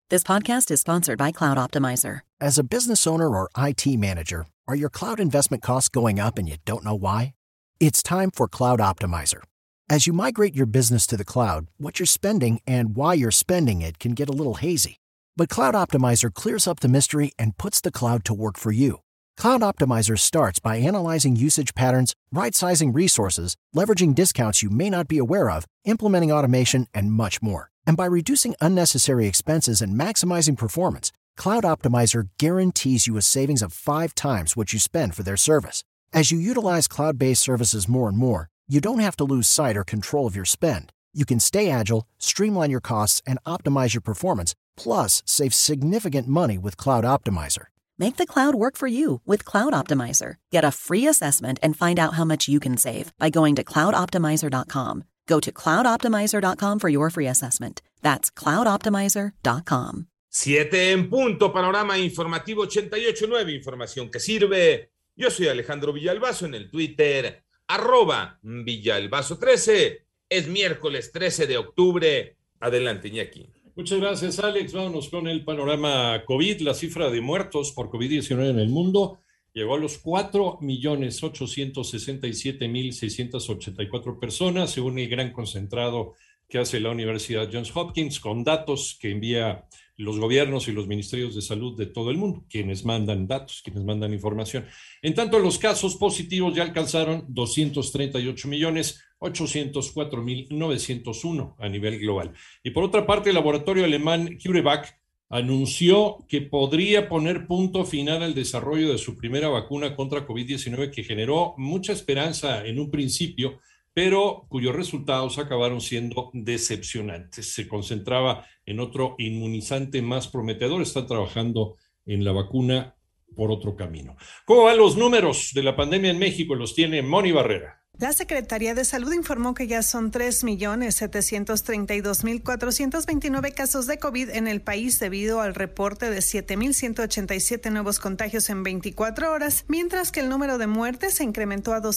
This podcast is sponsored by Cloud Optimizer. As a business owner or IT manager, are your cloud investment costs going up and you don't know why? It's time for Cloud Optimizer. As you migrate your business to the cloud, what you're spending and why you're spending it can get a little hazy. But Cloud Optimizer clears up the mystery and puts the cloud to work for you. Cloud Optimizer starts by analyzing usage patterns, right-sizing resources, leveraging discounts you may not be aware of, implementing automation, and much more. And by reducing unnecessary expenses and maximizing performance, Cloud Optimizer guarantees you a savings of 5 times what you spend for their service. As you utilize cloud-based services more and more, you don't have to lose sight or control of your spend. You can stay agile, streamline your costs, and optimize your performance, plus save significant money with Cloud Optimizer. Make the cloud work for you with Cloud Optimizer. Get a free assessment and find out how much you can save by going to cloudoptimizer.com. Go to cloudoptimizer.com for your free assessment. That's cloudoptimizer.com. 7 en punto, panorama informativo 88.9, información que sirve. Yo soy Alejandro Villalbazo en el Twitter, @Villalbazo13. Es miércoles 13 de octubre. Adelante, Iñaki. Muchas gracias, Alex. Vámonos con el panorama COVID. La cifra de muertos por COVID-19 en el mundo llegó a los 4.867.684 personas, según el gran concentrado que hace la Universidad Johns Hopkins, con datos que envía los gobiernos y los ministerios de salud de todo el mundo, quienes mandan datos, quienes mandan información. En tanto, los casos positivos ya alcanzaron 238.804.901 a nivel global. Y por otra parte, el laboratorio alemán CureVac anunció que podría poner punto final al desarrollo de su primera vacuna contra COVID-19, que generó mucha esperanza en un principio, pero cuyos resultados acabaron siendo decepcionantes. Se concentraba en otro inmunizante más prometedor. Están trabajando en la vacuna por otro camino. ¿Cómo van los números de la pandemia en México? Los tiene Moni Barrera. La Secretaría de Salud informó que ya son 3.732.429 casos de COVID en el país debido al reporte de 7.187 nuevos contagios en 24 horas, mientras que el número de muertes se incrementó a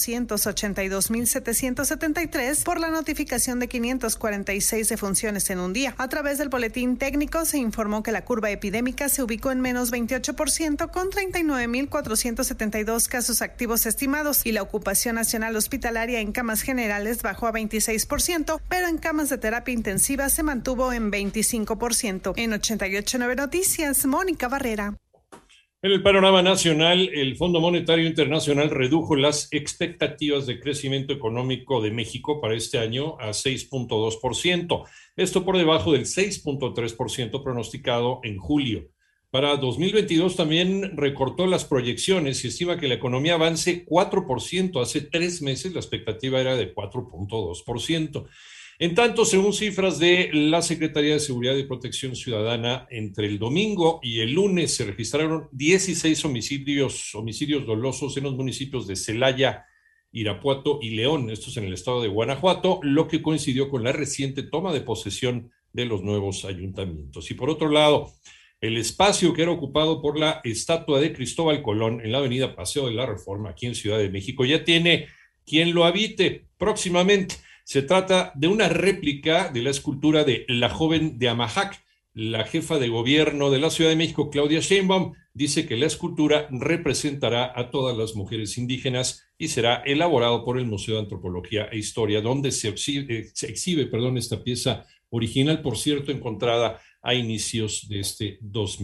282.773 por la notificación de 546 defunciones en un día. A través del boletín técnico se informó que la curva epidémica se ubicó en menos 28% con 39.472 casos activos estimados y la ocupación nacional hospitalaria en camas generales bajó a 26%, pero en camas de terapia intensiva se mantuvo en 25%. En 88.9 Noticias, Mónica Barrera. En el panorama nacional, el Fondo Monetario Internacional redujo las expectativas de crecimiento económico de México para este año a 6.2%. Esto por debajo del 6.3% pronosticado en julio. Para 2022 también recortó las proyecciones y estima que la economía avance 4%. Hace 3 meses la expectativa era de 4.2%. En tanto, según cifras de la Secretaría de Seguridad y Protección Ciudadana, entre el domingo y el lunes se registraron 16 homicidios dolosos en los municipios de Celaya, Irapuato y León, estos en el estado de Guanajuato, lo que coincidió con la reciente toma de posesión de los nuevos ayuntamientos. Y por otro lado, el espacio que era ocupado por la estatua de Cristóbal Colón en la avenida Paseo de la Reforma, aquí en Ciudad de México, ya tiene quien lo habite próximamente. Se trata de una réplica de la escultura de la joven de Amajac. La jefa de gobierno de la Ciudad de México, Claudia Sheinbaum, dice que la escultura representará a todas las mujeres indígenas y será elaborado por el Museo de Antropología e Historia, donde se exhibe esta pieza original, por cierto, encontrada a inicios de este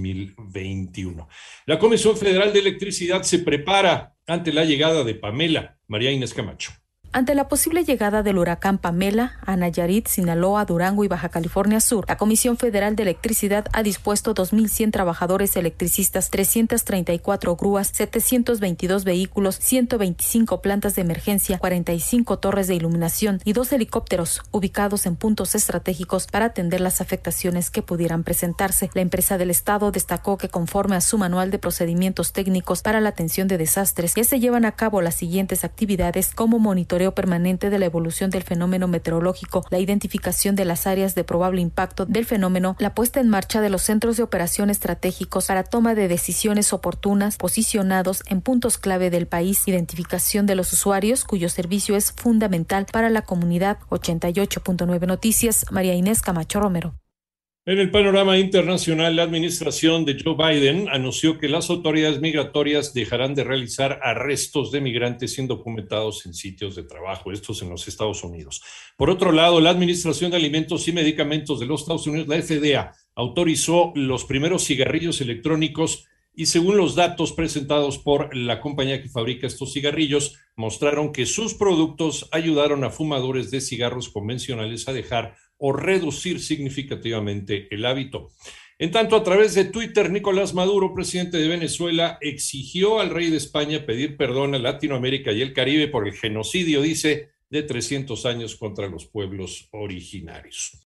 2021. La Comisión Federal de Electricidad se prepara ante la llegada de Pamela. María Inés Camacho. Ante la posible llegada del huracán Pamela a Nayarit, Sinaloa, Durango y Baja California Sur, la Comisión Federal de Electricidad ha dispuesto 2.100 trabajadores electricistas, 334 grúas, 722 vehículos, 125 plantas de emergencia, 45 torres de iluminación y 2 helicópteros ubicados en puntos estratégicos para atender las afectaciones que pudieran presentarse. La empresa del Estado destacó que conforme a su manual de procedimientos técnicos para la atención de desastres, ya se llevan a cabo las siguientes actividades como monitoreo permanente de la evolución del fenómeno meteorológico, la identificación de las áreas de probable impacto del fenómeno, la puesta en marcha de los centros de operación estratégicos para toma de decisiones oportunas posicionados en puntos clave del país, identificación de los usuarios cuyo servicio es fundamental para la comunidad. 88.9 Noticias, María Inés Camacho Romero. En el panorama internacional, la administración de Joe Biden anunció que las autoridades migratorias dejarán de realizar arrestos de migrantes indocumentados en sitios de trabajo, estos en los Estados Unidos. Por otro lado, la Administración de Alimentos y Medicamentos de los Estados Unidos, la FDA, autorizó los primeros cigarrillos electrónicos y según los datos presentados por la compañía que fabrica estos cigarrillos, mostraron que sus productos ayudaron a fumadores de cigarros convencionales a dejar o reducir significativamente el hábito. En tanto, a través de Twitter, Nicolás Maduro, presidente de Venezuela, exigió al rey de España pedir perdón a Latinoamérica y el Caribe por el genocidio, dice, de 300 años contra los pueblos originarios.